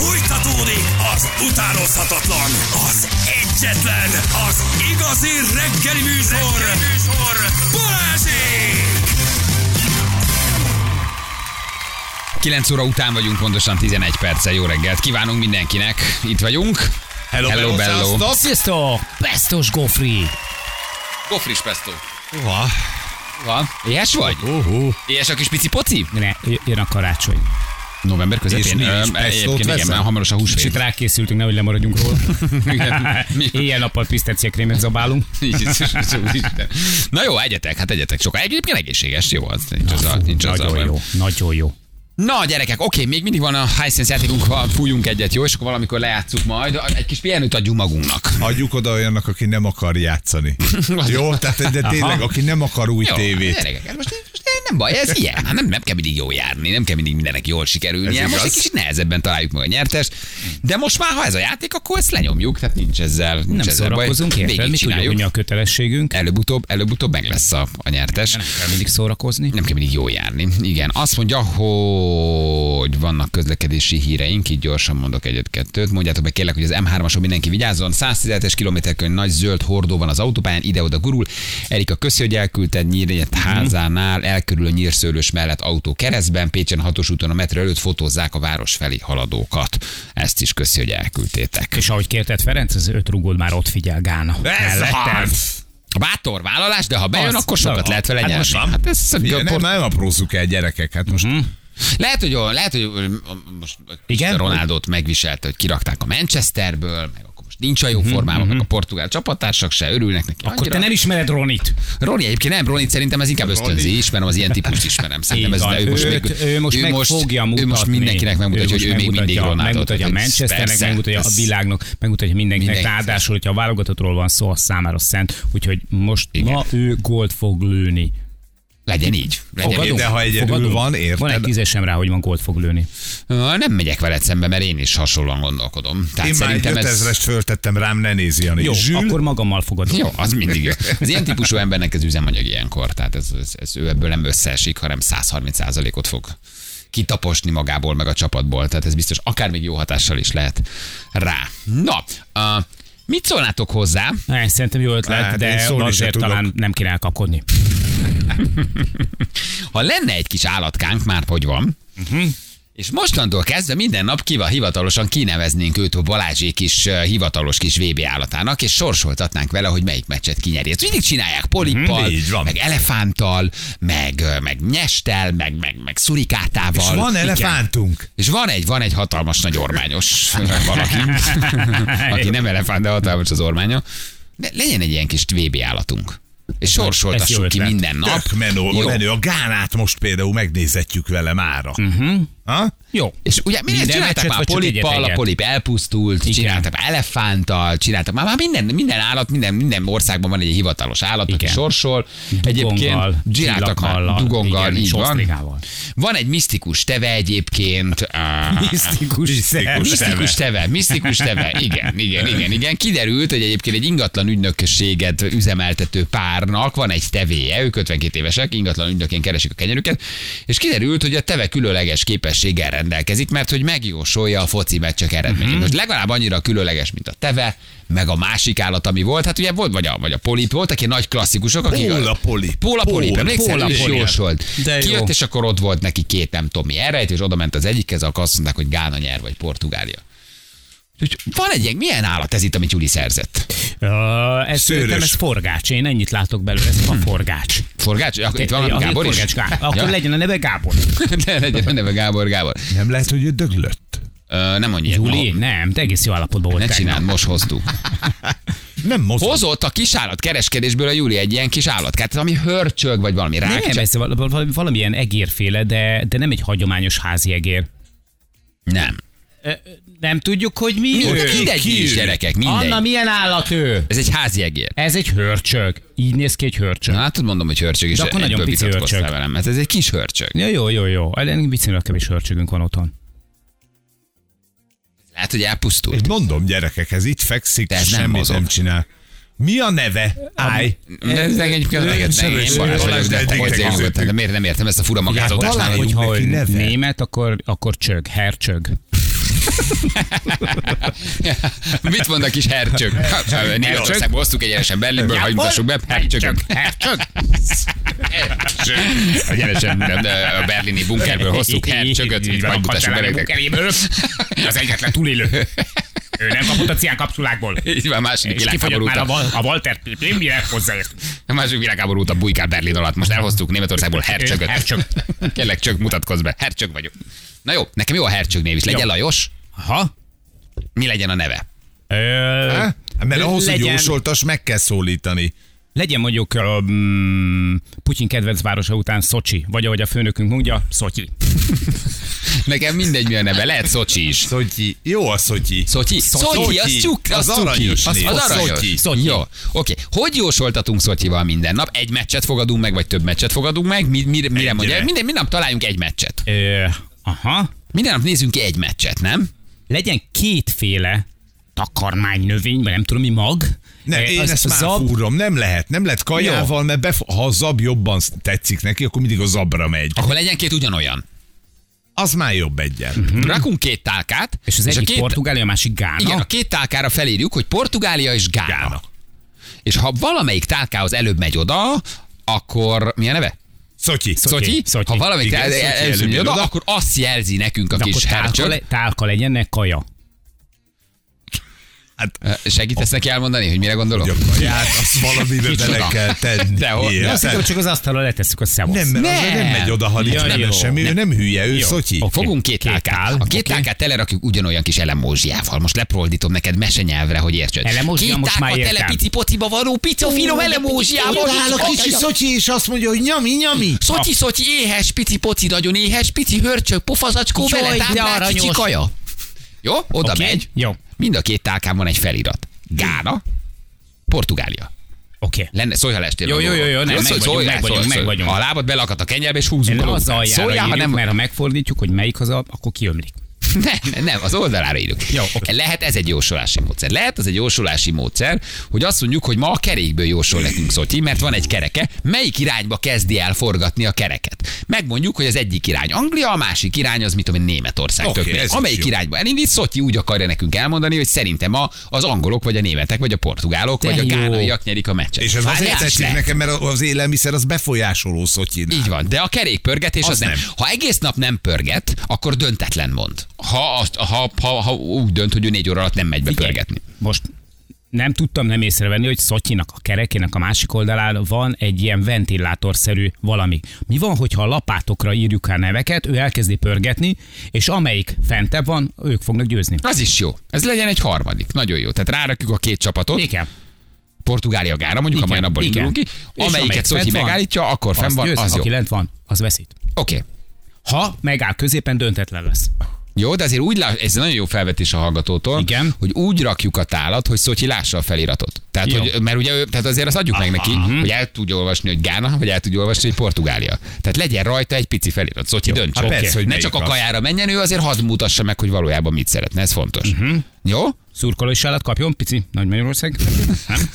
Fújtatódik az utánozhatatlan, az egyetlen, az igazi reggeli műsor, Balázsék! 9 óra után vagyunk, pontosan 11 perccel. Jó reggelt kívánunk mindenkinek. Itt vagyunk. Hello bello. Sziasztok! Pestos Gofri. Gofris pesto. Van? Éhes vagy? Éhes a kis pici poci? Ne, jön a karácsony. November közepén? Egyébként igen, mert hamaros a És húsvét. itt rákészültünk, nehogy lemaradjunk róla. Éjjel-nappal pisztáciakrémet zabálunk. Na jó, egyetek sokkal. Egyébként egészséges, jó az. Nincs az Nagyon jó. Na gyerekek, oké, még mindig van a Hisense játékunk, fújjunk egyet, jó? És akkor valamikor lejátszuk majd. Egy kis pihenőt adjunk magunknak. Adjuk oda olyannak, aki nem akar játszani. Jó? Tehát de tényleg, aki nem akar új jó, tévét. Gyerekek, most nem baj, ez ilyen. Nem kell mindig jól járni, nem kell mindig mindennek jól sikerülnie. Most egy kicsit nehezebben találjuk meg a nyertest. De most már, ha ez a játék, akkor ezt lenyomjuk, tehát nincs ezzel Nem szórakozunk, érted? Mi tudjuk, hogy a kötelességünk. Előbb-utóbb meg lesz a nyertes. Nem kell mindig szórakozni. Nem kell mindig jól járni. Igen, azt mondja, hogy vannak közlekedési híreink, így gyorsan mondok egyet-kettőt. Mondjátok meg kérlek, hogy az M3-ason mindenki vigyázzon. 117-es kilométerkön nagy zöld hordó van az autópályán, ide-oda gurul. Erika, köszi, hogy elküldted Nyíregyet házánál, elkörül a Nyírszőlős mellett autó keresztben, Pécsen 6-os úton a metró előtt fotózzák a város felé haladókat. Ezt is köszi, hogy elküldtétek. És ahogy kérted Ferenc, az 5 rugód már ott figyel Gána. Bátor vállalás, de ha bejön, akkor sokat lehet vele nyerni. Hát ez nem aprózzuk el gyerekek, hát most... Lehet, hogy most igen? Ronaldot megviselte, hogy kirakták a Manchesterből, meg akkor most nincs a jó formában, meg a portugál csapattársak se örülnek neki. Akkor te nem ismered Ronit. Roni egyébként nem, Ronit szerintem ez inkább ösztönzi, ismerem az ilyen típust ismerem. Szerintem ő most meg fogja mutatni. Ő most mindenkinek megmutatja, hogy ő még mindig Ronaldot. Megmutatja a Manchesternek, megmutatja a világnak, megmutatja mindenkinek. Ráadásul, hogyha a válogatottról van szó, az számára szent. Úgyhogy most ma ő gólt fog lőni. Legyen így. De ha egyedül van, érted? Van egy 10-esem rá, hogy van gólt fog lőni. Nem megyek veled szembe, mert én is hasonlóan gondolkodom. Tehát én már egy 5000-est föltettem rám, ne nézz, Jani. Jó, akkor magammal fogadom. Jó, az mindig jó. Az ilyen típusú embernek ez üzemanyag ilyenkor, tehát ez ő ebből nem összeesik, hanem 130%-ot fog kitaposni magából, meg a csapatból. Tehát ez biztos akár még jó hatással is lehet rá. Na, mit szólnátok hozzá? Szerintem jó ötlet, de azért talán nem kéne elkapkodni. Ha lenne egy kis állatkánk, már hogy van, és mostantól kezdve minden nap hivatalosan kineveznénk őt a Balázsék is hivatalos kis VB állatának, és sorsoltatnánk vele, hogy melyik meccset kinyeri. Ezt mindig csinálják polippal, meg elefánttal, meg nyesttel, meg szurikátával. És van elefántunk. Igen. És van egy hatalmas nagy ormányos valaki, aki nem elefánt, de hatalmas az ormánya. De legyen egy ilyen kis VB állatunk. És sorsoltassuk ki minden nap. Menő. A Gánát most például megnézetjük vele mára. Jó. És ugye mindent csináltak már polippal, a polip elpusztult, csináltak már elefánttal, csináltak már minden állat, minden országban van egy hivatalos állat, aki sorsol. Egyébként csináltak már dugonggal, így van. Van egy misztikus teve egyébként. Misztikus teve. Igen. Kiderült, hogy egyébként egy ingatlan ügynökséget üzemeltető párnak van egy tevéje, ők 52 évesek, ingatlan ügynökén keresik a kenyerüket, és kiderült, hogy a teve különleges képességgel rendelkezik, mert hogy megjósolja a foci meccsek eredményét. Most legalább annyira különleges, mint a teve, meg a másik állat, ami volt. Hát ugye volt, vagy a polip volt, aki nagy klasszikusok, akik... Póla polip. Emlékszel, is jósolt. Kijött, és akkor ott volt neki két nem tudom mi elrejt, és oda ment az egyikhez, akkor azt mondták, hogy Gána nyer, vagy Portugália. Van egy ilyen, milyen állat ez itt, amit Juli szerzett? Ez forgács, én ennyit látok belőle, ez a forgács. Forgács? Akkor itt van Gábor is? Akkor legyen a neve Gábor. De legyen a neve Gábor. Nem lehet, hogy ő döglött? Nem annyi. Juli, nem, te egész jó állapotban volt. Ne csináld, most hoztuk. Nem mozog. Hozott a kisállat kereskedésből a Júli egy ilyen kis állatkát, ami hörcsög, vagy valami rák. Nem, ez valamilyen egérféle, de nem egy hagyományos házi egér. Nem. Nem tudjuk, hogy mi ő. Mindegy is, gyerekek, mindegy. Anna, milyen állat ő? Ez egy házi egér. Ez egy hörcsög. Így néz ki egy hörcsög. Na, hát mondom, hogy hörcsög is. De akkor nagyon pici hörcsög. Velem. Ez egy kis hörcsög. Jó. Viszonylag kevés hörcsögünk van otthon. Lehet, hogy elpusztult. Én mondom, gyerekek, ez itt fekszik, de ez semmit nem csinál. Mi a neve? Állj! Ez egyébként de miért nem értem ezt a fura magázódást? Hogyha német, akkor csög, hercsög. Mit mond a kis hercsög? Németországból hoztuk egyenesen Berlinből, hogy mutassuk be. Hercsög. Egyenesen a berlini bunkerből hoztuk hercsögöt, hogy majd mutassuk be. Az egyetlen túlélő. Ő nem kapott a ciánkapszulákból. Így van, második És világháború kifogyott már után. a Walter Pippin, mire hozzáért? A második világháború után bujkál Berlin alatt. Most elhoztuk Németországból hercsögöt. Hercsög. Kérlek, csög, mutatkozz be. Hercsög vagyok. Na jó, nekem jó a hercsög név is. Legyen Jó. Lajos. Aha. Mi legyen a neve? Mert ahhoz, hogy Legyen- jósoltas, meg kell szólítani. Legyen mondjuk Putyin kedvenc városa után Szocsi, vagy ahogy a főnökünk mondja, Szotyi. Nekem mindegy, mi a neve. Lehet Szocsi is. Szotyi. Jó a Szotyi. Szotyi? Szotyi, az csuk, Az az cuki. aranyos Az név. aranyos. Szotyi. Jó, oké. Hogy jósoltatunk Szotyival minden nap? Egy meccset fogadunk meg, vagy több meccset fogadunk meg? Mire mondja? Minden nap találjunk egy meccset. Aha. Minden nap nézzünk ki egy meccset, nem? Legyen kétféle takarmány növény, vagy nem tudom mi mag. Nem, én ezt már fúrom, nem lehet kajával, mert ha a zab jobban tetszik neki, akkor mindig a zabra megy. Akkor legyen két ugyanolyan. Az már jobb egyen. Rakunk két tálkát. És az egyik Portugália, a másik Gána. Igen, a két tálkára felírjuk, hogy Portugália és Gána. És ha valamelyik tálkához előbb megy oda, akkor mi a neve? Szotyi. Szotyi? Ha valamelyik Igen, Szotyi előbb megy előbb oda, oda. akkor azt jelzi nekünk a De kis akkor hercsög. tálka legyen, ne kaja. Hát, Segítesz neki elmondani, hogy mire gondolok? hogy a kaját, azt valamibe Kicsoda. bele kell tenni. Dehol. Azt Érted? hittem, csak az asztalra letesszük a szevasz. Nem, mert az nem megy oda, ha nincs Ja, benne jó. semmi, ő nem hülye, ő Jó. Szotyi. Oké. Fogunk két tálkát. A két tálkát telerakjuk ugyanolyan kis elemózsiával. Most leproldítom neked mesenyelvre, hogy értsd. Elemózsia, Két most már tálka értem. tele pici pociba való pici finom elemózsiával. Odaáll a kicsi Szotyi, és azt mondja, hogy nyami. Szotyi, éhes, pici poci, nagyon éhes, pici hörcsög, pofazacskó, Jaj, vele de táplál, kicsi aranyos. kaja. Jó? Oda Oké, megy. jó. Mind a két tálkán van egy felirat. Gána, Portugália. Oké. Lenne, szólj, ha lestél. Jó, nem, meg vagyunk. Ha a lábad belakat a kenyerbe, és húzzunk Nem a az lókát. aljára Szóljál, ha írjuk, nem... mert ha megfordítjuk, hogy melyik az a, akkor kiömlik. Nem, az oldalára írjuk. Jó, oké. Lehet ez egy jósolási módszer. Lehet az egy jósolási módszer, hogy azt mondjuk, hogy ma a kerékből jósol nekünk Szotyi, mert van egy kereke, melyik irányba kezdi el forgatni a kereket. Megmondjuk, hogy az egyik irány Anglia, a másik irány az, mit tudom én, Németország. Oké, Tök mindegy. ez is Amelyik jó. irányba elindít, Szotyi úgy akarja nekünk elmondani, hogy szerintem az angolok, vagy a németek, vagy a portugálok, De vagy a jó. gánaiak nyerik a meccset. És ez azért Várjál, tetszik lehet. nekem, mert az élelmiszer az befolyásoló Szotyinál. Így van, de a kerékpörgetés az Az nem. nem. Ha egész nap nem pörget, akkor döntetlen mond. Ha úgy dönt, hogy ő 4 óra alatt nem megy be pörgetni. Most nem tudtam nem észrevenni, hogy Szotyinak a kerekének a másik oldalán van egy ilyen ventilátorszerű valami. Mi van, hogyha a lapátokra írjuk a neveket, ő elkezdi pörgetni, és amelyik fentebb van, ők fognak győzni. Az is jó. Ez legyen egy harmadik. Nagyon jó. Tehát rárakjuk a két csapatot. Igen. Portugália, Gána, mondjuk, Igen, ha majd abból igen. indulunk ki. És Amelyiket amelyik Szotyi fent van, megállítja, akkor fenn az van, győz, az jó. aki lent van, az veszít. Oké. Ha megáll középen, döntetlen lesz. Jó, de azért úgy, ez nagyon jó felvetés a hallgatótól, Igen. hogy úgy rakjuk a tálat, hogy Szotyi lássa a feliratot. Tehát, Jó. hogy, mert ugye, tehát azért azt adjuk meg neki, hogy el tudja olvasni, hogy Gána, vagy el tudja olvasni, hogy Portugália. Tehát legyen rajta egy pici felirat. Szotyi dönts. Hát persze, hogy ne melyik csak a az. kajára menjen, ő azért hadd mutassa meg, hogy valójában mit szeretne. Ez fontos. Jó? Szurkolói sálat kapjon, pici, Nagy Magyarország. Nem?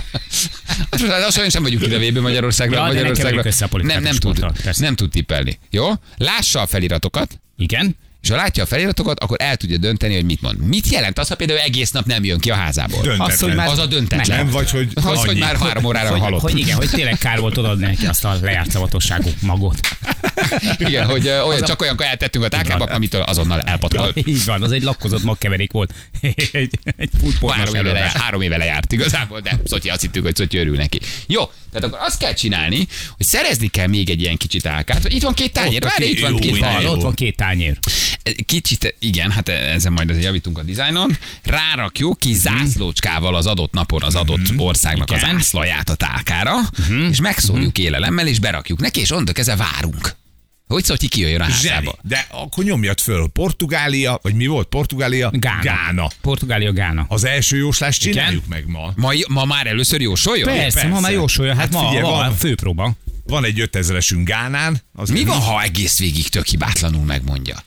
Azt olyan sem vagyunk ide vébe Magyarországra. Ja, de ne Magyarországra. keverjük össze a politikát nem és tud, sporttal, persze. nem tud tippelni. Jó? Lássa a feliratokat, Igen. és ha látja a feliratokat, akkor el tudja dönteni, hogy mit mond. Mit jelent az, ha például egész nap nem jön ki a házából? Döntetlen. Az, hogy már- Az a döntetlen. Nem, vagy hogy Az, hogy annyi. már 3 órára Hogy, halott. hogy igen, hogy tényleg kár volt odaadni neki azt a lejárt szavatosságú magot. Igen, hogy csak olyan kaját tettünk a tálkába, amitől azonnal elpatkolt. Így van, az egy lakkozott magkeverék volt. egy foodpornos 3 éve lejárt igazából, de Szotyi azt hittük, hogy Szotyi örül neki. Jó, tehát akkor azt kell csinálni, hogy szerezni kell még egy ilyen kicsi tálkát. Itt van 2 tányér, Ott a várj, itt van jó, 2 jó. tányér. Ott van 2 tányér. Kicsit, igen, hát ezen majd azért javítunk a dizájnon. Rárakjuk ki zászlócskával az adott napon az adott országnak az Igen. zászlaját a tálkára, és megszórjuk élelemmel, és berakjuk neki, és onnantól kezdve várunk. Hogy Szotyi kijöjjön a Zseni. házába. De akkor nyomjad föl Portugália, vagy mi volt? Portugália? Gána. Portugália, Gána. Az első jóslást csináljuk meg ma. Ma már először jósoljon? Persze, ma már jósolja, hát ma figyelj, van van- főpróba. Van egy 5000-esünk Gánán. Az Mi van, ha egész végig tök hibátlanul megmondja?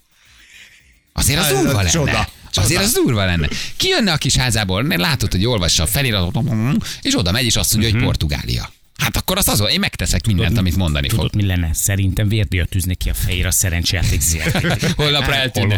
Azért az durva lenne. Csoda. Azért az durva lenne. Kijönne a kis házából, látod, hogy olvassa a feliratot, és oda megy, és azt mondja, hogy Portugália. Hát akkor azon, én megteszek mindent, amit mondani fog. Tudod, mi lenne? Szerintem vérdíjat tűznék ki a fejére a szerencsejáték ZRT. Holnapra eltűnne.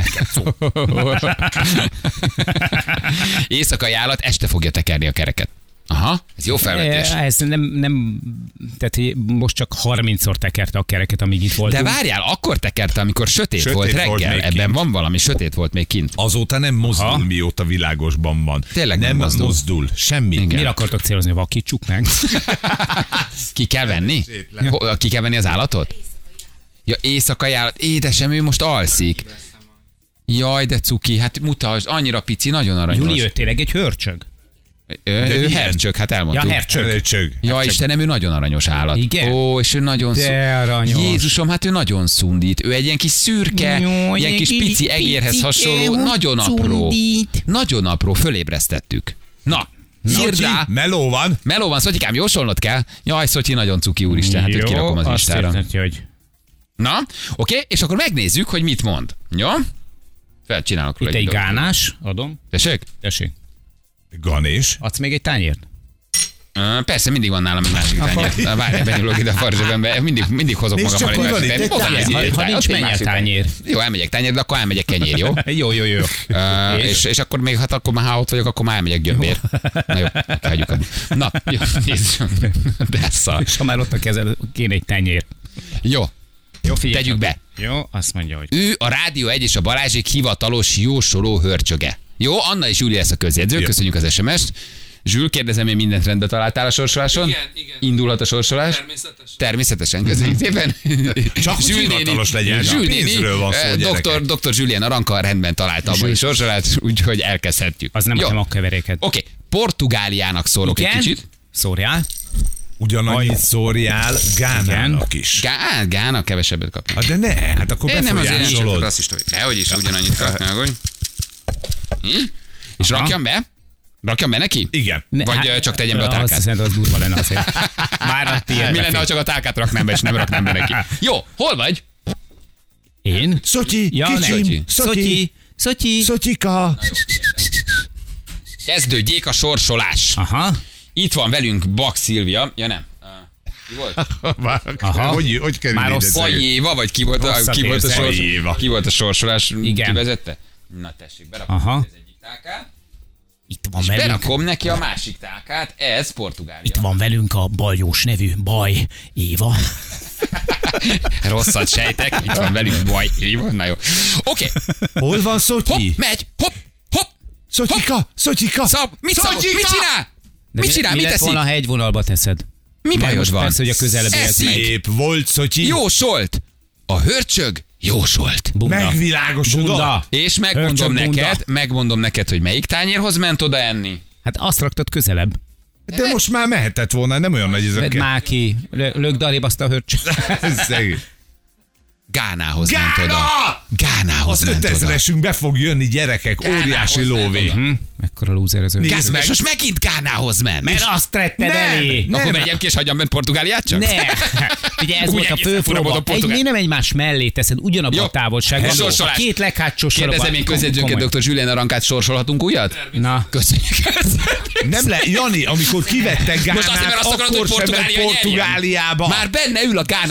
Éjszakai állat este fogja tekerni a kereket. Aha, ez jó felvetés. Ez nem, tehát most csak 30-szor tekerte a kereket, amíg itt De voltunk. várjál, akkor tekerte, amikor sötét volt volt reggel. még Ebben kint. van valami, sötét volt még kint. Azóta nem mozdul, Aha. mióta világosban van. Tényleg nem nem mozdul. mozdul. Semmi. Igen. Mire akartok célozni? Vakítsuk meg? Ki kell venni? Ki kell venni az állatot? Ja, éjszakai állat. Édesem, ő most alszik. Jaj, de cuki, hát mutasd, annyira pici, nagyon aranyos. Júli, ő tényleg egy hörcsög? Ő hercsög, hát elmondtuk. Ja, hercsög. Csög. Ja, Istenem, ő nagyon aranyos állat. Igen? Ó, és ő nagyon De aranyos. Jézusom, hát ő nagyon szundít. Ő egy ilyen kis szürke, Jó, ilyen kis pici egérhez hasonló, nagyon apró. Nagyon apró, fölébresztettük. Na, írd rá. Meló van. Meló van, Szotyikám, jósolnod kell. Jaj, Szotyi, nagyon cuki, úristen, hát őt kirakom az azt listára. érteti, hogy Na, oké, és akkor megnézzük, hogy mit mond. Jó? Felcsinálok róla itt egy dolgot. gánás, adom. Tessék? Tessék. Ganés. Adsz még egy tányért? Persze, mindig van nálam egy másik tányér. Várj, benyúlok ide a farzsebembe, mindig hozok Nézd magammal csak, egy hogy van másik itt egy tányért. Ha nincs, menj el tányér. Jó, elmegyek tányér, de akkor elmegyek kenyér, jó? Jó. És akkor még, hát akkor már ha ott vagyok, akkor már elmegyek gyömbér. Na jó, hagyjuk abba. Na, jó, nézzük. De szar. És ha már ott a kezed, kéne egy tányér. Jó, Jó, figyelj. tegyük be. Jó, azt mondja, hogy... Ő a Rádió 1 és a Balázsék hivatalos jósoló hörcsöge. Jó, Anna és Júli lesz a közjegyző, köszönjük az SMS-t. Zsül, kérdezem, én mindent rendbe találtál a sorsoláson? Igen. Indulhat a sorsolás? Természetesen, köszönjük szépen. Csak hogy hivatalos legyen, Zsül néni, pénzről van szó, gyerekek. Dr. Julien Aranka rendben találta a mai sorsolást, úgyhogy elkezdhetjük. Az nem Jó. a keveréket. Oké, Portugáliának szólok egy kicsit. Szórjál. Ugyanannyit szórjál Gánának is. Gána kevesebbet kapnak. Hát de ne, hát akkor Én nem azért nem csak befolyásolod. rasszista vagy. Dehogy is ugyanannyit kapnak, hogy. És rakjam be? Rakjam be neki? Igen. Vagy csak tegyem be a Azt tálkát? hiszem, az durva lenne azért. Már a tiéd. Mi lenne, ha csak a tálkát raknám be, és nem raknám be neki? Jó, hol vagy? Én? Szotyi, Ja, kicsim, Szotyi. Szotyi. Szotyika. Kezdődjék a sorsolás. Aha. Itt van velünk Bak Szilvia. Ja nem. Ki volt? Aha. Hogy kerül Már ide rossz szegény? Faj Éva, vagy ki volt Rosszat érzek. ki volt a sorsolás? Igen. Ki vezette? Na tessék, berakom Aha. az egyik tálkát. Itt van És velünk. berakom neki a másik tálkát. Ez Portugália. Itt van velünk a Baljós nevű Baj Éva. Rosszat sejtek. Itt van velünk Baj Éva. Na jó. Oké. Hol van Szotyi? Hopp, megy. Hopp. Szotyika, Szotyika. Mit csinál? Mit csinál? Mi Mit lett teszik? volna, ha egy vonalba teszed? Mi Mert bajod most van? Persze, hogy a közelebb élsz Eszik. meg. Szép volt, Szotyi. Jósolt. A hörcsög jósolt. Bunda. Megvilágosodott. Bunda. És megmondom Hörcsög bunda. neked, hogy melyik tányérhoz ment oda enni. Hát azt raktad közelebb. De most már mehetett volna, nem olyan nagy ez a Vedd már ki. Lök darébb azt a hörcsög. Szegény. Gánához ment oda. Gána! Gánához Az ment oda. 5000-esünk be fog jönni, gyerekek, óriási lóvé. Mekkora lúzer ez ő. Gáz meg, most megint Gánához ment. Mert azt tetted elé. Akkor menjem ki és hagyjam bent Portugáliát csak? Ne! Ugye ez Úgy volt a egészen fő fura volt a próba. portugál. Mi nem egymás mellé teszed, ugyanabban Jó. a távolságban. Sorsolás. A két leghátsó sorokban. Kérdezem én közjegyzőként, dr. Julien Arankát sorsolhatunk újat? Na, Köszönjük. Nem le, Jani, amikor kivette Most azt Gánát, hiszem, azt akarod, akkor hogy sem ment Portugália Portugáliába. Már benne ül a Gána.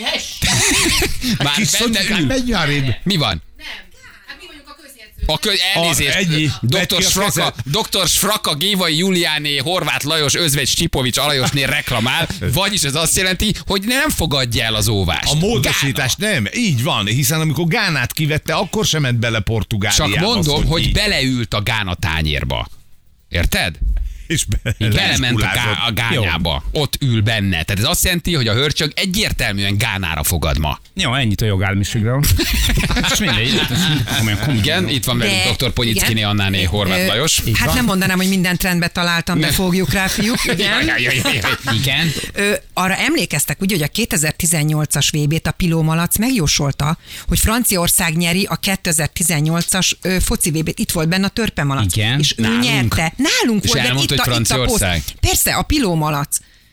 Már Kis benne Szotyikát, ül. menj arrébb. Mi van? Hát mi vagyunk a közjegyző. Elnézést. Ennyi. Vedd Dr. ki a Sfraka, kezed. Dr. Sfraka, Gévai Juliáné, Horváth Lajos, Özvegy Stipovics, Alajosnél reklamál, vagyis ez azt jelenti, hogy nem fogadja el az óvást. A módosítás nem, így van, hiszen amikor Gánát kivette, akkor sem ment bele Portugáliába. Csak mondom, Szotyi. hogy beleült a Gána tányérba. Érted? És Belement a, iskulázott. a Gányába. Ott ül benne. Tehát ez azt jelenti, hogy a hörcsög egyértelműen Gánára fogad ma. jó, ennyit a jogállamiségről. És mindegy. Igen, itt van velünk De- dr. Ponyickiné, Annáné, Horváth Ö, Lajos. Hát nem mondanám, hogy mindent rendbe találtam, de Ne. fogjuk rá, fiúk. Igen. Igen. Arra emlékeztek, ugye, hogy a 2018-as VB-t a Piló Malac megjósolta, hogy Franciaország nyeri a 2018-as foci VB-t. Itt volt benne a Törpe Malac. Igen. És ő Nálunk. nyerte. Nálunk És volt, de elmondta, itt hogy a, itt a Franciaország? poszt. Persze, a Piló Malac.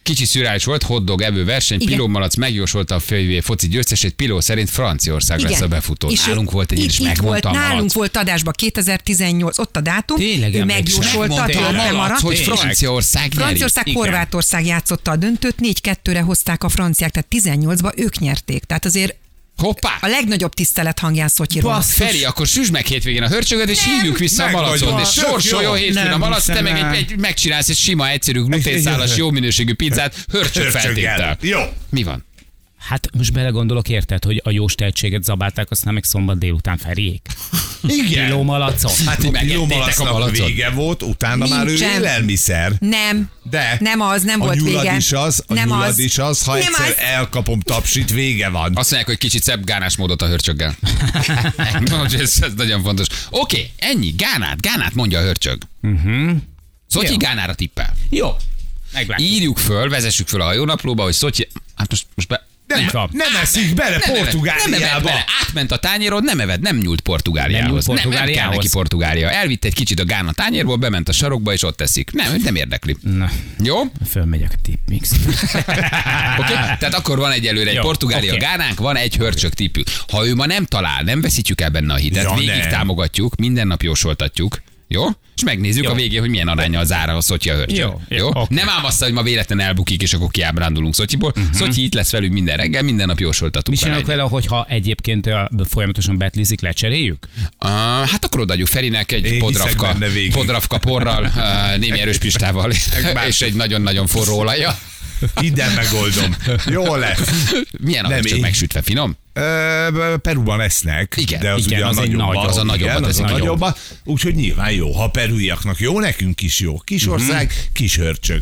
Kicsi szürreális volt, hotdog evő verseny, Igen. Piló Malac megjósolta a fővé foci győztesét, Piló szerint Franciaország lesz a befutó. És Nálunk volt egy és megmondta a nálunk Malac. volt adásban 2018, ott a dátum, Tényleg ő emlékszem. megjósolta, Megmondta a tőle Malac, maradt. hogy Tényleg. Franciaország nyeri. Franciaország, Igen. Horvátország játszotta a döntőt, 4-2-re hozták a franciák, tehát 18-ba ők nyerték. Tehát azért Hoppá! a legnagyobb tisztelet hangján Szotyiról. Feri, akkor süsd meg hétvégén a hörcsögöt, és hívjuk vissza a meg Malacot, vagyok. és Tök sorsoljon jó. hétfőn a Nem Malac, te hiszem meg el. megcsinálsz egy sima, egyszerű, gluténszálas, jó minőségű pizzát, hörcsög feltéttel. Jó. Mi van? Hát most belegondolok, érted, hogy a Jós tehetséget zabálták, aztán meg szombat délután Feriék. Igen. Piló Malacot. Hát Ti a megettétek Piló a Malacnak Malacot? vége volt, utána már ő Nincsen. élelmiszer. Nem. De Nem az, nem a volt nyulad vége. is az, a Nem nyulad az. is az, ha Nem egyszer az. elkapom tapsit, vége van. Azt mondják, hogy kicsit szebb gánás módot a hörcsöggel. ez nagyon fontos. Oké, ennyi. Gánát mondja a hörcsög. Szotyi Jó. Gánára tippel. Jó. Meglátjuk. Írjuk föl, vezessük föl a hajónaplóba, hogy Szotyi... Hát most be... Nem. Nem eszik bele Nem eved Portugáliába. bele, átment a tányéron, nem eved, nem nyúlt Portugáliához. Nem nyúlt Nem kell Portugáliához. neki Portugália. Elvitt egy kicsit a Gán a tányérból, bement a sarokba, és ott teszik. Nem érdekli. Na, Jó? fölmegyek a tipmix. Oké? Tehát akkor van egyelőre egy Jó, Portugália oké. Gánánk, van egy hörcsög tippük. Ha ő ma nem talál, nem veszítjük el benne a hitet, Ja, végig nem. támogatjuk, minden nap jósoltatjuk. Jó? És megnézzük Jó. a végén, hogy milyen arányal zár a Szotyi a hörcsög. Jó, oké. Nem ám azt, hogy ma véletlen elbukik, és akkor kiábrándulunk Szotyiból. Szotyi itt lesz velünk minden reggel, minden nap jósoltatunk. Mi csinálunk vele, hogyha egyébként folyamatosan betlizik, lecseréljük? Hát akkor odaadjuk Ferinek egy Én hiszek podravka, benne végig. podravka porral, némi erős pistával, és egy nagyon-nagyon forró olaja. Ide megoldom. Jó lesz. Milyen a Nem, hörcsög én- megsütve, finom? Peruban esznek, Igen, de az igen, ugye az a egy nagyobb. nagy- az a nagyobbat az a eszik. nagyobbat. Úgyhogy nyilván jó. Ha perúiaknak jó, nekünk is jó. Kis ország, kis hörcsög.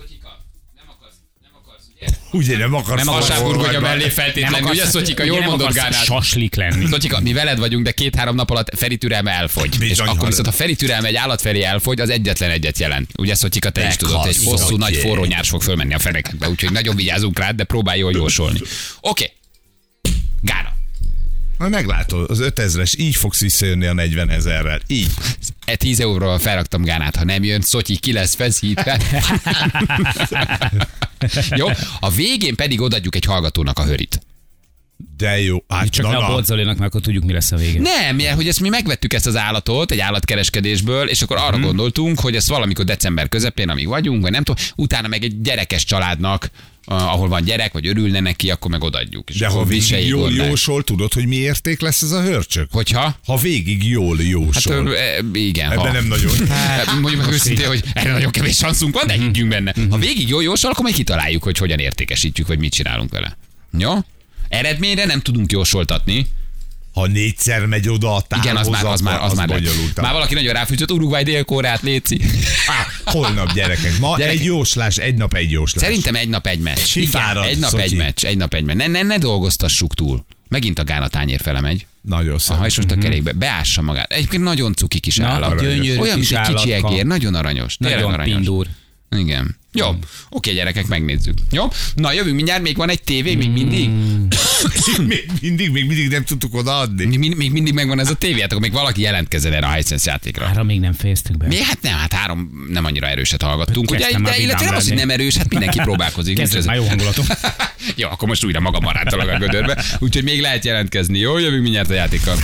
Ugye nem akarsz Nem akarsz Hasáburgonya mellé Nem feltétlenül, akarsz- ugye Szotyika, jól nem mondod akarsz Gánát. Saslik lenni. Szotyika, mi veled vagyunk, de 2-3 nap alatt Feri türelme elfogy. Bizony, És akkor hallod. viszont, ha Feri türelme egy állatferi elfogy, az egyetlen egyet jelent. Ugye Szotyika, te is tudod, egy Meghalsz, hosszú, nagy Szotyi. forró nyárs fog fölmenni a fenekekbe, úgyhogy nagyon vigyázunk rád, de próbálj jól jósolni. Oké. Gána. Majd meglátod, az 5000-es, így fogsz visszajönni a 40 000-rel. Így. 10 euróval felraktam Gánát, ha nem jön, Szotyi ki lesz feszítve. Jó, a végén pedig odaadjuk egy hallgatónak a hörit. De jó. Hát Csak ne a Bolzolinak, mert akkor tudjuk, mi lesz a vége. Nem, mert hogy ezt mi megvettük ezt az állatot egy állatkereskedésből, és akkor arra gondoltunk, hogy ezt valamikor december közepén, amíg vagyunk, vagy nem tudom, utána meg egy gyerekes családnak, ahol van gyerek, vagy örülne neki, akkor meg odaadjuk. És De akkor ha végig viseljék jól onnan. jósol, tudod, hogy mi érték lesz ez a hörcsök? Hogyha? Ha végig jól Hát jósol. igen. Ebben nem nagyon. Mondjuk meg őszintén, hogy erre nagyon kevés szanszunk van, de higgyünk benne. Ha végig jól jósol, akkor majd kitaláljuk, hogy hogyan értékesítjük, vagy mit csinálunk vele. Jó? Eredményre nem tudunk jósoltatni. Ha 4-szer megy oda a tárhoz, Igen, az már bonyolultabb. Már valaki nagyon ráfűzött, Uruguay Dél-Koreát, léci. Holnap gyerekek. Ma Gyerekek. egy jóslás, egy nap egy jóslás. Szerintem egy nap egy meccs. Igen, Kifárad, egy nap Szotyi. egy meccs, egy nap egy meccs. Ne dolgoztassuk túl. Megint a Gána tányér fele megy. Nagyon szép. Aha, és most a kerékbe. Beássa magát. Egyébként nagyon cuki kis Na, állat. gyönyörű Olyan, mint kis egy kicsi állatka. egér. Nagyon aranyos. Tényleg Nagyon aranyos. pindur. Igen. Jó. Oké, gyerekek, megnézzük. Jó? Na, jövünk mindjárt. Még van egy tévé, még mindig. még mindig nem tudtuk odaadni. Még mindig megvan ez a tévé. Hát akkor még valaki jelentkezzen erre a Hisense játékra. Arra még nem fejeztük be. Mi? Hát nem, hát 3 nem annyira erőset hallgattunk. Ugye, Kezdtem már de illetve vidám nem az, hogy lenni. nem erős, hát mindenki próbálkozik. Kezdett Úgyhogy már jó hangulatom. jó, akkor most újra maga baráttalak a gödörbe. Úgyhogy még lehet jelentkezni. Jó, jövünk mindjárt a játékkal.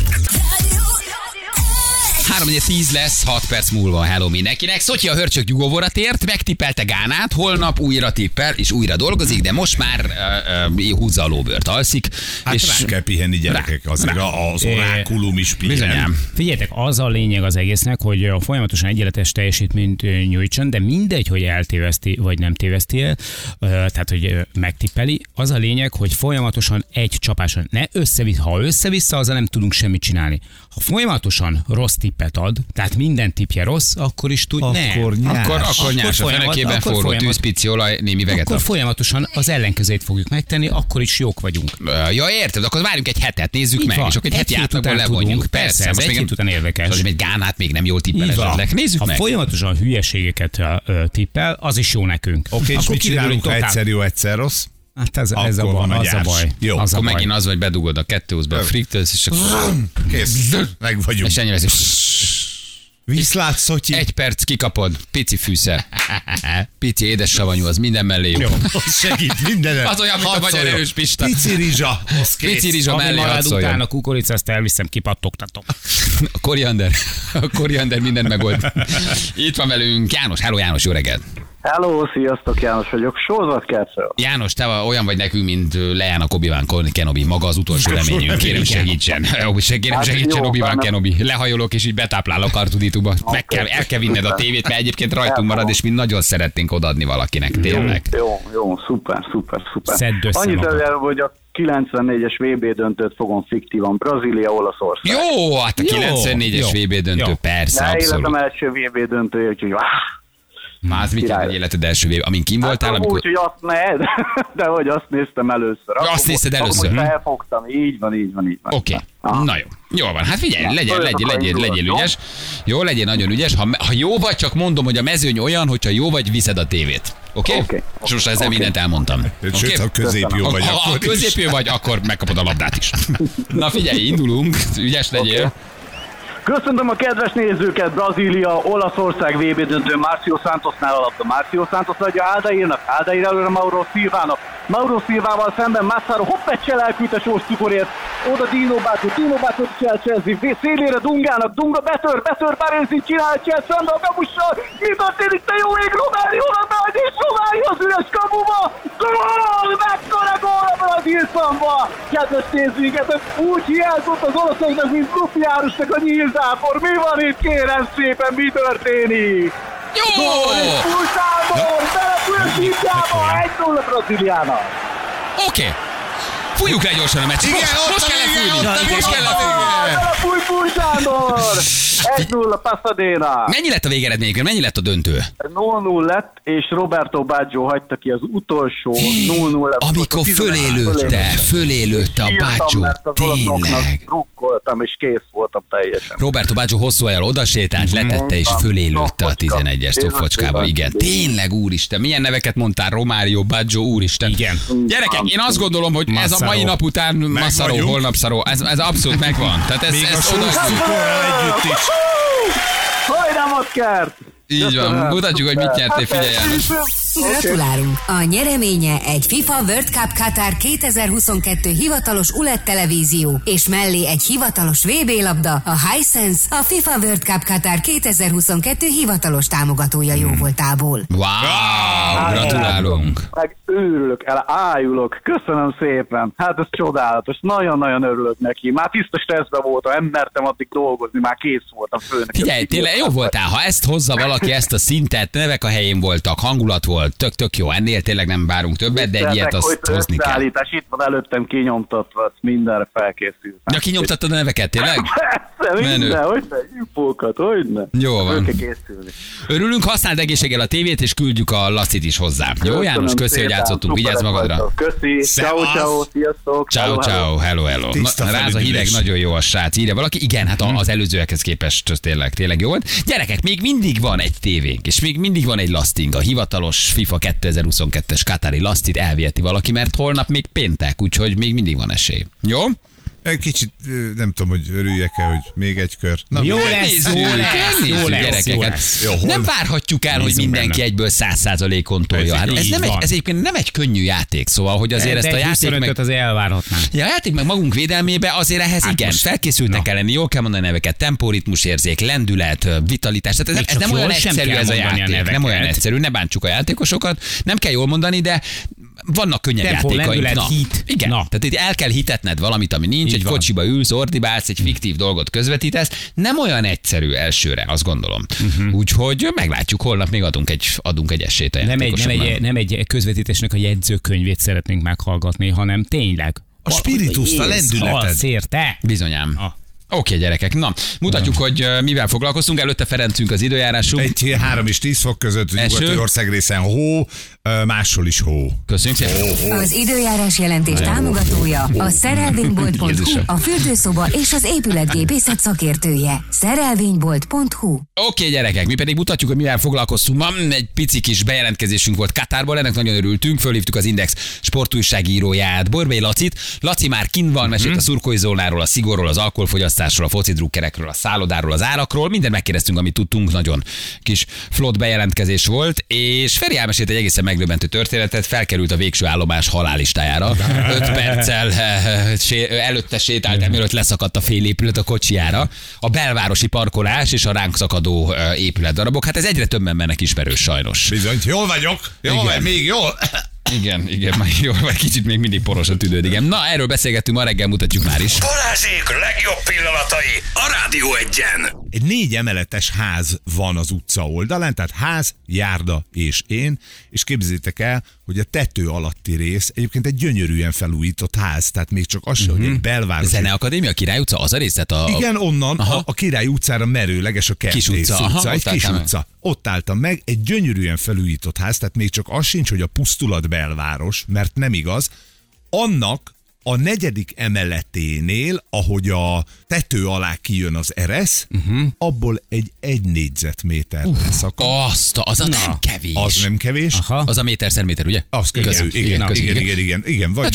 3:10 lesz, 6 perc múlva. Hello mindenkinek. Szotyi a hörcsök nyugovóra tért, megtippelte Gánát, holnap újra tippel, és újra dolgozik, de most már húzza a lóbőrt, alszik. Hát és rá kell pihenni gyerekek, azért az orákulum is pihen. bizonyám. Figyeljetek, az a lényeg az egésznek, hogy folyamatosan egyenletes teljesítményt nyújtson, de mindegy, hogy eltéveszti, vagy nem téveszti el, tehát, hogy megtippeli. Az a lényeg, hogy folyamatosan egy csapáson ne összevisz. Ha össze-vissza, azzal nem tudunk semmit csinálni. Ha folyamatosan rossz tippet ad, tehát minden tippje rossz, akkor is tud, Akkor nyár. Akkor nyers a fenekében, forró tűz, pici olaj, némi akkor vegeta. folyamatosan az ellenkezőjét fogjuk megtenni, akkor is jók vagyunk. Ja, érted, akkor várjunk egy hetet, nézzük Így meg, van. és akkor egy heti hét átlagban után levonjuk. tudunk, persze, ez egy hét után érdekes. Most egy Gánát még nem jól tippel Így van. esetleg. Nézzük ha meg. folyamatosan hülyeségeket tippel, az is jó nekünk. Oké, és Akkor mit kiderül, hogy csinálunk, ha egyszer jó, egyszer rossz? Hát ez a Akkor baj, van a az a gyárs. baj. Jó, az a Akkor baj. megint az, hogy bedugod a 2-20-ba a friktölsz, és akkor... Kész, meg vagyunk. És ennyire lesz, Viszlát, Szotyi. 1 perc kikapod, pici fűszer. Pici, édes savanyú, az minden mellé jó. Jó, az segít minden. Az olyan, mint a magyar erős Pista. Pici rizsa, az kész. Pici rizsa Ami mellé marad hadd szóljon. utána a kukorica, azt elviszem, kipattogtatom. A koriander mindent megold. Itt van velünk János. Hello János, jó reggelt. Hello, sziasztok, János vagyok. Sorozatkertről. János, te olyan vagy nekünk, mint Leának Obi-Wan Kenobi, maga az utolsó reményünk. Kérem segítsen. Kérem segítsen, jó, Obi-Wan benne. Kenobi. Lehajolok, és így betáplálok Artudituba. El kell vinned a tévét, mert egyébként rajtunk marad, és mi nagyon szeretnénk odaadni valakinek. Tényleg. Jó, szuper. Szedd össze Annyit magad. el, hogy a 94-es VB döntőt fogom fiktívan. Brazília, Olaszország. Jó, hát a Jó, 94-es jó, VB döntő, jó. persze, De életem abszolút. első VB döntője, úgyhogy Már az mit jelent, hogy életed első VB? Amin kim voltál, hát, amikor... úgy, hogy azt de hogy azt néztem először. Ja, azt nézted először. Akkor felfogtam, így van. Oké, Aha. na jó. Jó van, hát figyelj, legyél jó? ügyes. Jó, legyél nagyon ügyes. Ha jó vagy, csak mondom, hogy a mezőny olyan, hogyha jó vagy, viszed a tévét. Oké? Oké. És most ezzel mindent elmondtam. Sőt, ha középjó vagy, Ha akkor is. középjő vagy, akkor megkapod a labdát is. Na figyelj, indulunk, ügyes legyél. Köszöntöm a kedves nézőket, Brazília, Olaszország VB döntő, Márcio Santosnál a labda. Márcio Santos adja Aldairnak, Aldair előre Mauro Silvának. Mauro Silvával szemben Massaro, hoppeccsel elküldte Sós Cukorért. Oda Dino Bácsot is elcselzi. Szélére Dungának, Dunga betör, Barézin csinál egy Chelsea a kapussal. Mi történik, te jó ég, Romáriónak megy, és Romárió az üres kapuba. Gól! Mekkora gól a brazil szamba! Kedves nézőinket, úgy hiányzott az olaszoknak, mint Lupi Járusnak a nyílzápor. Mi van itt, kérem szépen, mi történik? Jó! És Pulsándor, települ a sípjába, 1-0 Brazíliának. Oké. Fújjuk le gyorsan a meccset. Most kell lefújni. Most kell lefújni. Települ Pulsándor! 1-0 Pasadena. Mennyi lett a végeredmény? Mennyi lett a döntő? 0-0 lett, és Roberto Baggio hagyta ki az utolsó 0-0 lett. Amikor fölélőtte a Baggio, tényleg. Drukkoltam, és kész voltam teljesen. Roberto Baggio hosszú ajjal odasétált, letette és fölélőtte a 11-es tofocskába. Igen, tényleg, úristen. Milyen neveket mondtál? Romário, Baggio, úristen. Igen. Gyerekek, én azt gondolom, hogy ez a mai nap után Massaro, vagyunk. holnap Szaró. Ez abszolút megvan. Tehát Még a ez Sós Cukorral együtt is. Hajrá, Matkert! így van. Mutatjuk, hogy mit nyertél, figyelj János. Gratulálunk! A nyereménye egy FIFA World Cup Qatar 2022 hivatalos ULED televízió, és mellé egy hivatalos VB labda, a Hisense, a FIFA World Cup Qatar 2022 hivatalos támogatója jóvoltából. Wow, gratulálunk. Meg őrülök, ájulok. Köszönöm szépen. Hát ez csodálatos. Nagyon-nagyon örülök neki. Már tiszta stresszben voltam, nem mertem addig dolgozni, már kész voltam főnök. Figyelj, tényleg jó voltál, ha ezt hozza valaki, ezt a szintet, nevek a helyén voltak, hangulat volt, tök jó, ennél tényleg nem várunk többet, de egy ilyet azt hozni kell. Összeállítás itt van előttem kinyomtatva, mindenre felkészültem. Ja, kinyomtattad a neveket, tényleg? Persze, Menő. minden, hogyne, infókat, hogyne. Jó van. Föl kell készülni. Örülünk, használd egészséggel a tévét, és küldjük a Lacit is hozzá. Jó, János, köszi, hogy játszottunk, vigyázz magadra. Köszi, ciao, sziasztok. Ciao, hello. Tiszta Ráz a hideg, felüdülés. nagyon jó a srác. Írja valaki, igen, hát az előzőekhez képest ez tényleg jó volt. Gyerekek, még mindig van egy tévénk, és még mindig van egy lasting, a hivatalos FIFA 2022-es Katari lastit elviheti valaki, mert holnap még péntek, úgyhogy még mindig van esély. Jó? Egy kicsit nem tudom, hogy örüljek-e, hogy még egy kör. Na, Jó mi- lesz, jó lesz, gyerekeket. Jó, hol- Nem várhatjuk el, hogy Bízunk mindenki benne. egyből 100%-on tolja. Ez Hát ez, így nem egy, van. ez egyébként nem egy könnyű játék, szóval, hogy azért ezt a De egy játék 25-öt meg... azért elvárhatnánk. Ja, a játék meg magunk védelmébe azért ehhez Hát igen, most- felkészültnek kell lenni, jól kell mondani a neveket, tempó, ritmusérzék, lendület, vitalitás. Tehát Még ez csak nem olyan jól sem egyszerű kell ez a mondani a játék. Nem neveket. olyan egyszerű, ne bántsuk a játékosokat, nem kell jól mondani, de vannak könnyebb Tempó, játékaink. lendület, hit. Igen, Na. tehát itt el kell hitetned valamit, ami nincs, Így egy van. kocsiba ülsz, ordibálsz, egy fiktív dolgot közvetítesz. Nem olyan egyszerű elsőre, azt gondolom. Úgyhogy meglátjuk, holnap még adunk egy esélyt a játékosoknak. Nem egy közvetítésnek a jegyzőkönyvét szeretnénk meghallgatni, hanem tényleg. A spirituszt, a lendületed. Szérte. Bizonyám. Ah. Oké, gyerekek, na, mutatjuk, hogy mivel foglalkoztunk. Előtte Ferencünk az időjárásunk. Egy 3 és 10 fok között, Eső. nyugati ország részen hó, máshol is hó. Köszönjük szépen. Az időjárás jelentés támogatója a szerelvénybolt.hu, Jézusom. a fürdőszoba és az épületgépészet szakértője. Szerelvénybolt.hu. Oké, gyerekek, mi pedig mutatjuk, hogy mivel foglalkoztunk ma. Egy pici kis bejelentkezésünk volt Katárból, ennek nagyon örültünk. Fölhívtuk az Index sportújságíróját, Borbély Lacit. Laci már kint van, mesélt a szurkolói zónáról, a szigorról, az alkoholfogyasztásról, fogyasztásról, a foci drukkerekről, a szállodáról, az árakról, minden megkérdeztünk, amit tudtunk, nagyon kis flott bejelentkezés volt, és Feri elmesélt egy egészen megdöbbentő történetet, felkerült a végső állomás halállistájára. 5 perccel előtte sétált, mielőtt leszakadt a félépület a kocsijára. A belvárosi parkolás és a ránk szakadó épületdarabok, hát ez egyre többen mennek ismerős sajnos. Bizony, jól vagyok, még jól. Igen, már jó, vagy kicsit még mindig poros a tüdőd, igen. Na, erről beszélgettünk, ma reggel mutatjuk már is. Balázsék legjobb pillanatai a Rádió Egyen. Egy 4 emeletes ház van az utca oldalán, tehát ház, járda és én, és képzeljétek el, hogy a tető alatti rész egyébként egy gyönyörűen felújított ház, tehát még csak az sem, hogy egy belvárosi... Zeneakadémia, Király utca, az a rész? Igen, onnan a Király utcára merőleges a Kertész utca, egy kis utca. Ott álltam meg, egy gyönyörűen felújított ház, tehát még csak az sincs, hogy a pusztulat belváros, mert nem igaz. Annak a 4. emeleténél, ahogy a tető alá kijön az eresz, abból egy 1 négyzetméter leszakad. Az nem kevés. Az nem kevés. Aha. Az a méter-szer-méter, ugye? Az kevés. Igen. Vagy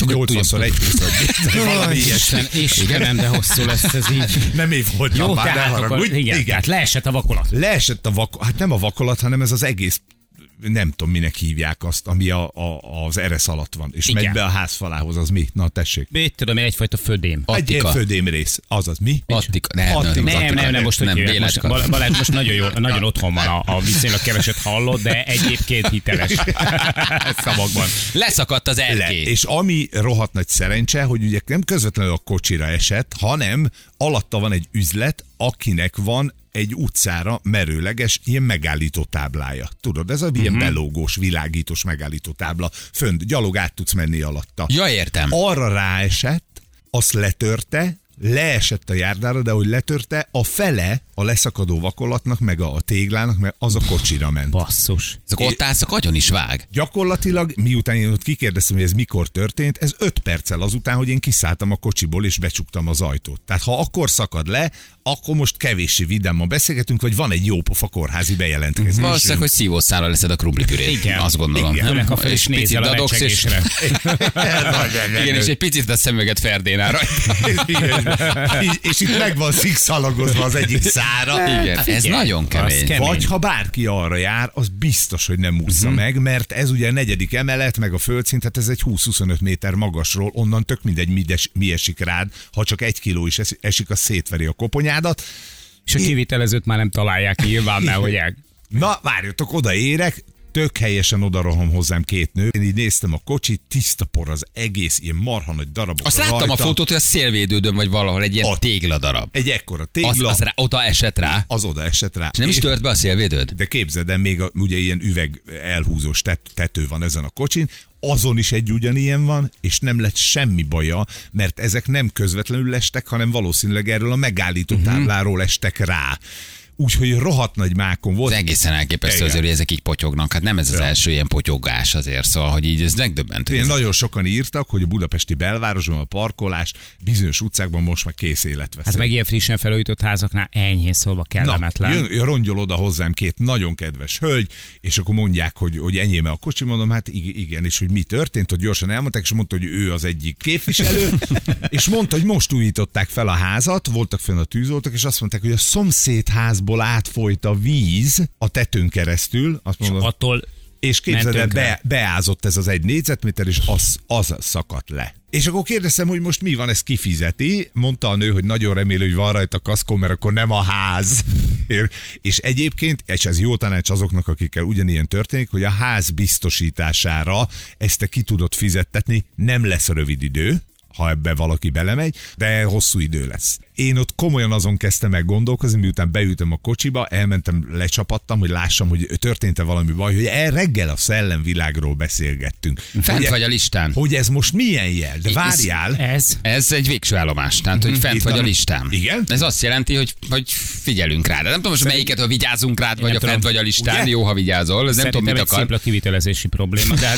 80x120. Istenem, de hosszú lesz ez így. Nem év voltam Jó, már, tehát akkor, igen, tehát leesett a vakolat. Leesett a vakolat, hát nem a vakolat, hanem ez az egész, nem tudom, minek hívják azt, ami az eresz alatt van, és igen. megy be a ház falához, az mi? Na, tessék. Mit tudom én, egyfajta födém. Egy ilyen födém rész, azaz mi? Attika. Nem, most Balázs most nagyon jó, nagyon otthon van, a viszonylag keveset hallott, de egyébként hiteles szavakban. Leszakadt az erkély. És ami rohadt nagy szerencse, hogy ugye nem közvetlenül a kocsira esett, hanem alatta van egy üzlet, akinek van egy utcára merőleges ilyen megállító táblája. Tudod, ez a ilyen belógós, világítós megállító tábla. Fönt, gyalog át tudsz menni alatta. Ja, értem. Arra ráesett, azt letörte, leesett a járdára, de hogy letörte, a fele a leszakadó vakolatnak, meg a téglának, meg az a kocsira ment. Basszus. Ezek ott állsz, a agyon is vág. Gyakorlatilag, miután én ott kikérdeztem, hogy ez mikor történt, ez 5 perccel azután, hogy én kiszálltam a kocsiból és becsuktam az ajtót. Tehát ha akkor szakad le, akkor most kevéssé vidáman beszélgetünk, vagy van egy jópofa kórházi bejelentkezés. Valószínűleg, hogy szívószállal leszed a krumplipürét. Igen. Azt gondolom. Főleg a fel is nézel a recsegésre. Igen, és egy picit a szemüveget Ferdénára. És itt meg van szikszalagozva az egyik szára. Igen, ez nagyon kemény. Vagy ha bárki arra jár, az biztos, hogy nem ússza meg, mert ez ugye a 4. emelet, meg a földszint, tehát ez egy 20-25 méter magasról, onnan tök mindegy, mi esik rád, ha csak 1 kiló is esik, az szétveri a koponyádat. És a kivitelezőt már nem találják nyilván, mert hogy Na, várjatok, odaérek, tök helyesen odarohom hozzám 2 nő. Én így néztem a kocsit, tiszta por az egész, ilyen marha nagy darabok. Azt láttam rajta. a fotót, hogy a szélvédődön vagy valahol egy ilyen Ott. tégladarab. Egy ekkora tégla. Az oda esett rá. Az oda esett rá. És nem is tört be a szélvédőd? De képzeld el, még ugye ilyen üveg elhúzós tető van ezen a kocsin, azon is egy ugyanilyen van, és nem lett semmi baja, mert ezek nem közvetlenül estek, hanem valószínűleg erről a megállító tábláról estek rá. Úgyhogy rohadt nagy mákon volt. Ez egészen elképesztő azért, hogy ezek így potyognak. Hát nem ez az első ilyen potyogás azért, szóval, hogy így ez megdöbbentő. Én nagyon sokan írtak, hogy a budapesti belvárosban a parkolás bizonyos utcákban most már kész életveszély. Hát meg ilyen frissen felújított házaknál enyhén szólva kellemetlen. Na, rongyol oda hozzám 2 nagyon kedves hölgy, és akkor mondják, hogy enyém a kocsi, mondom, hát igen, és hogy mi történt, hogy gyorsan elmondták, és mondta, hogy ő az egyik képviselő, és mondta, hogy most újították fel a házat, voltak fenn a tűzoltók, és azt mondták, hogy a szomszéd házból átfolyt a víz a tetőn keresztül, azt mondom, attól és képzeld el, beázott ez az 1 négyzetméter, és az szakadt le. És akkor kérdeztem, hogy most mi van, ez kifizeti? Mondta a nő, hogy nagyon remélő, hogy van rajta kaszkó, mert akkor nem a ház. És egyébként, és ez jó tanács azoknak, akikkel ugyanilyen történik, hogy a ház biztosítására ezt te ki tudod fizettetni, nem lesz rövid idő, ha ebbe valaki belemegy, de hosszú idő lesz. Én ott komolyan azon kezdtem meg gondolkozni, miután beültem a kocsiba, elmentem, lecsapattam, hogy lássam, hogy történt-e valami baj, hogy reggel a szellemvilágról beszélgettünk. Fent vagy a listán. Hogy ez most milyen jel? De várjál. Ez egy végső állomás, tehát hogy fent vagy a listán. Igen? Ez azt jelenti, hogy figyelünk rád. Nem tudom most melyiket, ha vigyázunk rád, vagy a fent vagy a listán. Ugye? Jó, ha vigyázol. Ez nem tudom, mit akar. Szerintem egy kivitelezési probléma, de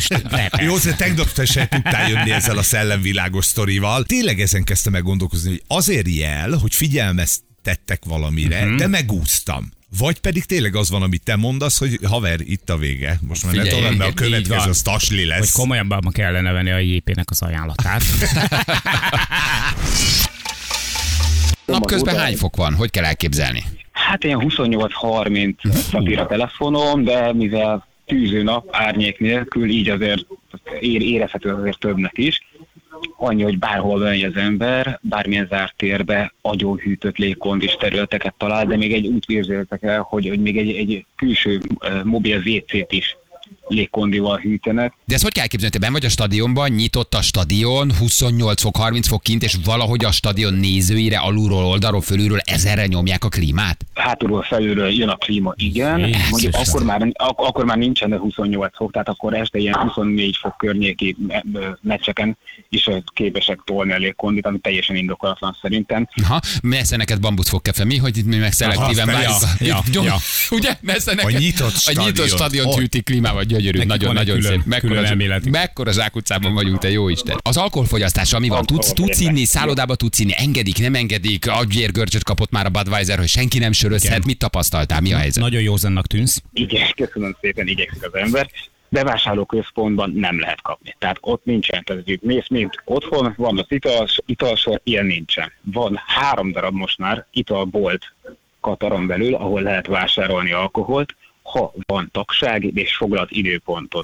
hát jó, de tegnap te se tudtál jönni ezzel a szellemvilágos sztorival. Tényleg ezen kezdtem meg gondolkozni, hogy azért jel, hogy figyelmeztettek valamire, de megúsztam. Vagy pedig tényleg az van, amit te mondasz, hogy haver, itt a vége. Most már nem tudom, mert a következő az tasli lesz. Hogy komolyabban kellene venni a JP-nek az ajánlatát. Napközben hány fok van? Hogy kell elképzelni? Hát ilyen 28-30 szapír a telefonom, de mivel tűző nap, árnyék nélkül, így azért érezhető azért többnek is. Annyi, hogy bárhol megy az ember, bármilyen zárt térbe agyonhűtött légkondis területeket talál, de még egy úgy képzeljétek el, hogy még egy külső mobil WC-t is légkondival hűtenek. De ezt hogy kell elképzelni? Te benn vagy a stadionban, nyitott a stadion, 28 fok, 30 fok kint, és valahogy a stadion nézőire alulról, oldalról, fölülről ezerre nyomják a klímát? Hátulról, felülről jön a klíma, igen. Mondjuk akkor már nincsen 28 fok, tehát akkor este ilyen 24 fok környéki meccseken is képesek tolni a légkondit, ami teljesen indokolatlan szerintem. Ha, messze neked bambuszfogkefe, mi, hogy itt mi meg szelektíven várjuk. Ugye? Messze neked a nyitott stadion hűti klímával, gyönyörű, nagyon szép. Mekkora zsákutcában vagyunk, te jó Isten. Az alkoholfogyasztással mi van? Tudsz inni, szállodába tudsz inni, engedik, nem engedik, agyvérgörcsöt kapott már a Budweiser, hogy senki nem sörözhet. Mit tapasztaltál? Mi a helyzet? Nagyon józannak tűnsz. Igen, köszönöm szépen, igyekszik az ember. Bevásárlóközpontban nem lehet kapni. Tehát ott nincsen, tehát mész, mint otthon, van az italsor, ilyen nincsen. Van 3 darab most már italbolt Kataron belül, ahol lehet vásárolni alkoholt, ha van tagság és foglalt időpontot.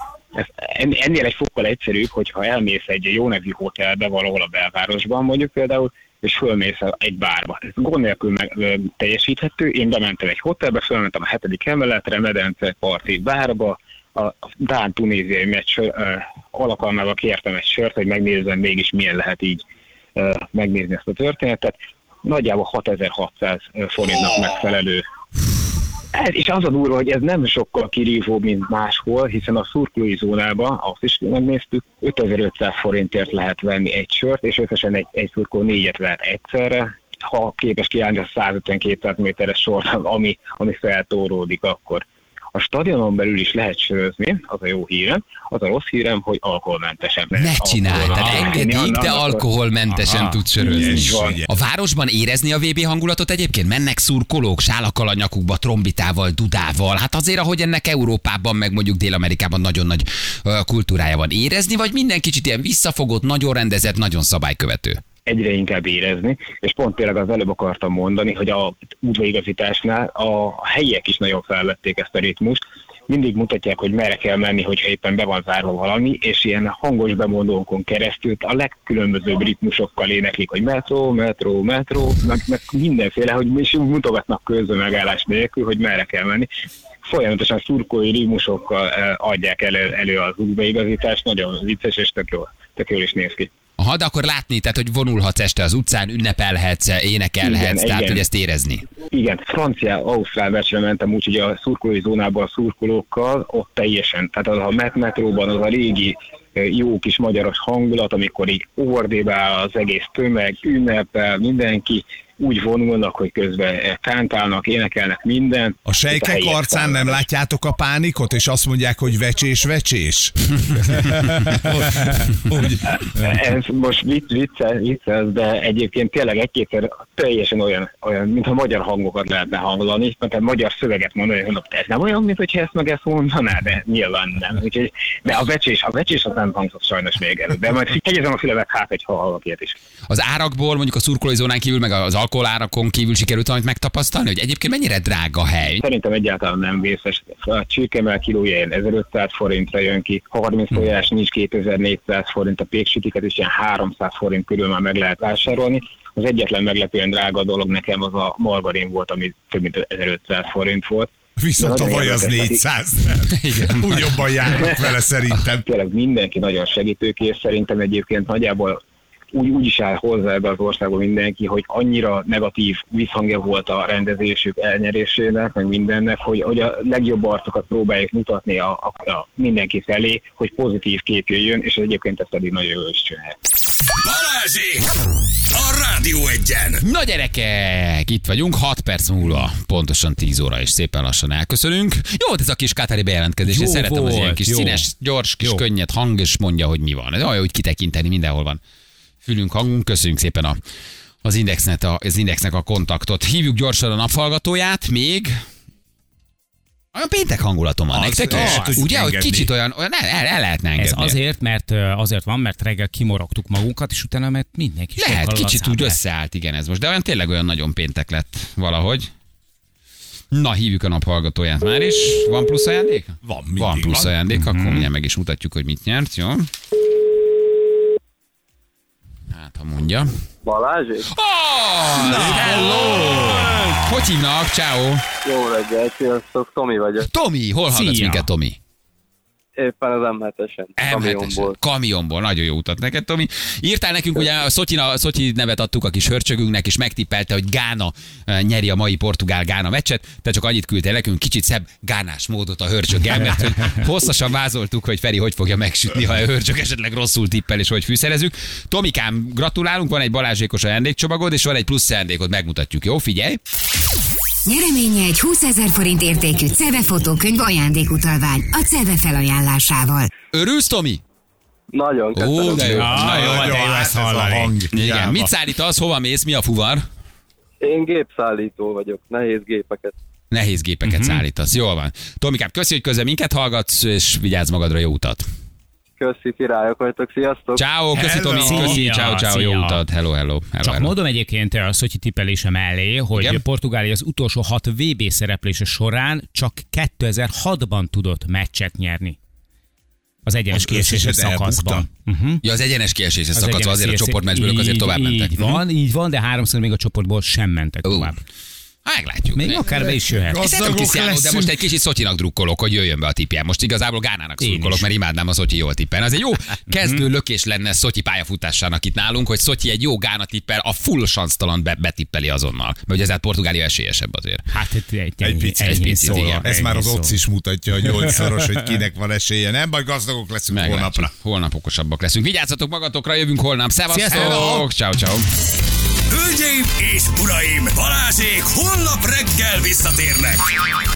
Ennél egy fokkal egyszerűbb, hogyha elmész egy jó nevű hotelbe valahol a belvárosban mondjuk például, és fölmész egy bárba. Ez gond nélkül teljesíthető. Én bementem egy hotelbe, fölmentem a 7. emeletre, medence parti bárba, a dán-tunéziai meccs alkalmával kértem egy sört, hogy megnézzem mégis milyen lehet így megnézni ezt a történetet. Nagyjából 6600 forintnak megfelelő. És az a durva, hogy ez nem sokkal kirívóbb, mint máshol, hiszen a szurkolói zónában, azt is megnéztük, 5500 forintért lehet venni egy sört, és összesen egy szurkoló 4-et lehet egyszerre. Ha képes kiállni a 150-200 méteres sort, ami feltóródik, akkor a stadionon belül is lehet sörözni, az a jó hírem, az a rossz hírem, hogy alkoholmentesen. Ne csinálj, tehát engedik, de alkoholmentesen tudsz sörözni. A városban érezni a VB hangulatot egyébként? Mennek szurkolók sálakkal a nyakukba, trombitával, dudával. Hát azért, ahogy ennek Európában, meg mondjuk Dél-Amerikában nagyon nagy kultúrája van. Érezni, vagy minden kicsit ilyen visszafogott, nagyon rendezett, nagyon szabálykövető? Egyre inkább érezni, és pont tényleg az előbb akartam mondani, hogy a útbaigazításnál a helyiek is nagyon felvették ezt a ritmust. Mindig mutatják, hogy merre kell menni, hogyha éppen be van zárva valami, és ilyen hangos bemondókon keresztül a legkülönbözőbb ritmusokkal éneklik, hogy metró, meg mindenféle, hogy is mutogatnak közben megállás nélkül, hogy merre kell menni. Folyamatosan szurkolói ritmusokkal adják elő az útbaigazítást, nagyon vicces és tök jól is néz ki. Aha, de akkor látni, tehát hogy vonulhatsz este az utcán, ünnepelhetsz, énekelhetsz, tehát hogy ezt érezni. Igen, francia-ausztrál meccsre mentem úgy, hogy a szurkolói zónában a szurkolókkal, ott teljesen, tehát a metróban az a régi jó kis magyaros hangulat, amikor így ordébál az egész tömeg, ünnepel, mindenki, úgy vonulnak, hogy közben kántálnak, énekelnek minden. A sejkek arcán nem látjátok a pánikot, és azt mondják, hogy vecsés? Ez most vicces, de egyébként tényleg egy-kétszer teljesen olyan, mintha magyar hangokat lehetne hangolni, mert a magyar szöveget mondani, hogy ez nem olyan, mint hogyha ezt mondaná, de nyilván nem. Úgyhogy, de a vecsés az nem hangzott sajnos még elő, de majd hegyezem a fülemet, hát egy hallok ilyet is. Az árakból, mondjuk a szurkolói zónán kívül, meg az alkoholárakon kívül sikerült valamit megtapasztalni, hogy egyébként mennyire drága hely? Szerintem egyáltalán nem vészes. A csirkemell kilója ilyen 1500 forintra jön ki, 30 tojás nincs 2400 forint, a péksütiket is ilyen 300 forint körül már meg lehet vásárolni. Az egyetlen meglepően drága dolog nekem az a margarin volt, ami több mint 1500 forint volt. Viszont a vaj az 400. Igen. Úgy jobban járnak vele szerintem. Tényleg mindenki nagyon segítőkész, szerintem egyébként nagyjából úgy is áll hozzá ebbe az országban mindenki, hogy annyira negatív visszhangja volt a rendezésük elnyerésének, meg mindennek, hogy a legjobb arcokat próbálják mutatni a mindenki felé, hogy pozitív kép jöjjön, és egyébként ezt pedig nagyon jól is csinálják. Balázsék! A Rádió Egyen! Na gyerekek, itt vagyunk, 6 perc múlva, pontosan 10 óra, és szépen lassan elköszönünk. Jó volt ez a kis kátári bejelentkezés, én szeretem az ilyen kis színes, gyors, kis könnyed hang, és mondja, hogy mi van. Ez olyan, hogy kitekinteni, mindenhol van fülünk, hangunk. Köszönjük szépen az Indexnek a kontaktot. Hívjuk gyorsan a naphallgatóját, még... Olyan péntek hangulatom van nektek is. Ugye, hogy kicsit olyan el lehetne engedni. Ez azért van, mert reggel kimorogtuk magunkat, és utána mert mindenki lehet, sokkal kicsit lazább úgy lett. összeállt, igen ez most, de olyan tényleg olyan nagyon péntek lett valahogy. Na, hívjuk a naphallgatóját már is. Van plusz ajándék? Van plusz ajándék, akkor mindjárt meg is mutatjuk, hogy mit nyert, jó? Hát, ha mondja. Balázsék? Hello! Hogy hívnak? Ciao. Jó reggelt, sziasztok, Tomi vagyok. Tomi, hol hallgatsz Szia. minket, Tomi? Éppen az M7-esen, kamionból. Kamionból, nagyon jó utat neked, Tomi. Írtál nekünk, ugye a Szotyi nevet adtuk a kis hörcsögünknek, és megtippelte, hogy Gána nyeri a mai Portugál-Gána meccset. Te csak annyit küldtél nekünk, kicsit szebb gánás módot a hörcsöggel, mert hogy hosszasan vázoltuk, hogy Feri hogy fogja megsütni, ha a hörcsög esetleg rosszul tippel, és hogy fűszerezünk. Tomikám, gratulálunk, van egy Balázsékos ajándékcsomagod, és van egy plusz ajándékot, megmutatjuk, jó? Figyelj! Nyereménye egy 20 000 forint értékű CEVE fotókönyv ajándékutalvány a CEVE felajánlásával. Örülsz, Tomi? Nagyon köszönöm. Ó, de jó. De jó ezt hallani. Igen. Mit szállítasz, hova mész, mi a fuvar? Én gépszállító vagyok, nehéz gépeket. Nehéz gépeket szállítasz, jól van. Tomikám, köszi, hogy közben minket hallgatsz, és vigyázz magadra, jó utat. Köszi, királyok vagytok, sziasztok! Ciao, köszi Hello. Tomi, köszi, Szia, ciao, jó szia. utat, hello. Csak mondom egyébként a Szotyi tippelése mellé, hogy Igen? Portugália az utolsó 6 VB szereplése során csak 2006-ban tudott meccset nyerni. Az egyenes kieséses összeset szakaszban. Ja, az egyenes kieséses Az szakaszban, azért a egyenes csoportmeccsből azért tovább mentek. Így van, de 3-szor még a csoportból sem mentek tovább. Meglátjuk. Még akár be is jöhet. Szerintem Cristiano, de leszünk. most egy kicsit Szotyinak drukkolok, hogy jöjjön be a tippján. Most igazából Gánának Én szurkolok, is. mert imádnám a Szotyi jól tippelni. Az egy jó kezdő lökés lenne Szotyi pályafutásának itt nálunk, hogy Szotyi egy jó Gána tippel, a full sansztalan betippeli azonnal. Mert ugye ezért Portugália esélyesebb azért. Hát Egy picit, igen. Ez már az ennyi OCS is mutatja, hogy 8-szoros, hogy kinek van esélye. Nem baj, gazdagok leszünk holnapra. Holnap okosabbak leszünk. Vigyázzatok magatokra, jövünk holnap. Szevasztok! Ciao. Hölgyeim és uraim, Balázsék holnap reggel visszatérnek.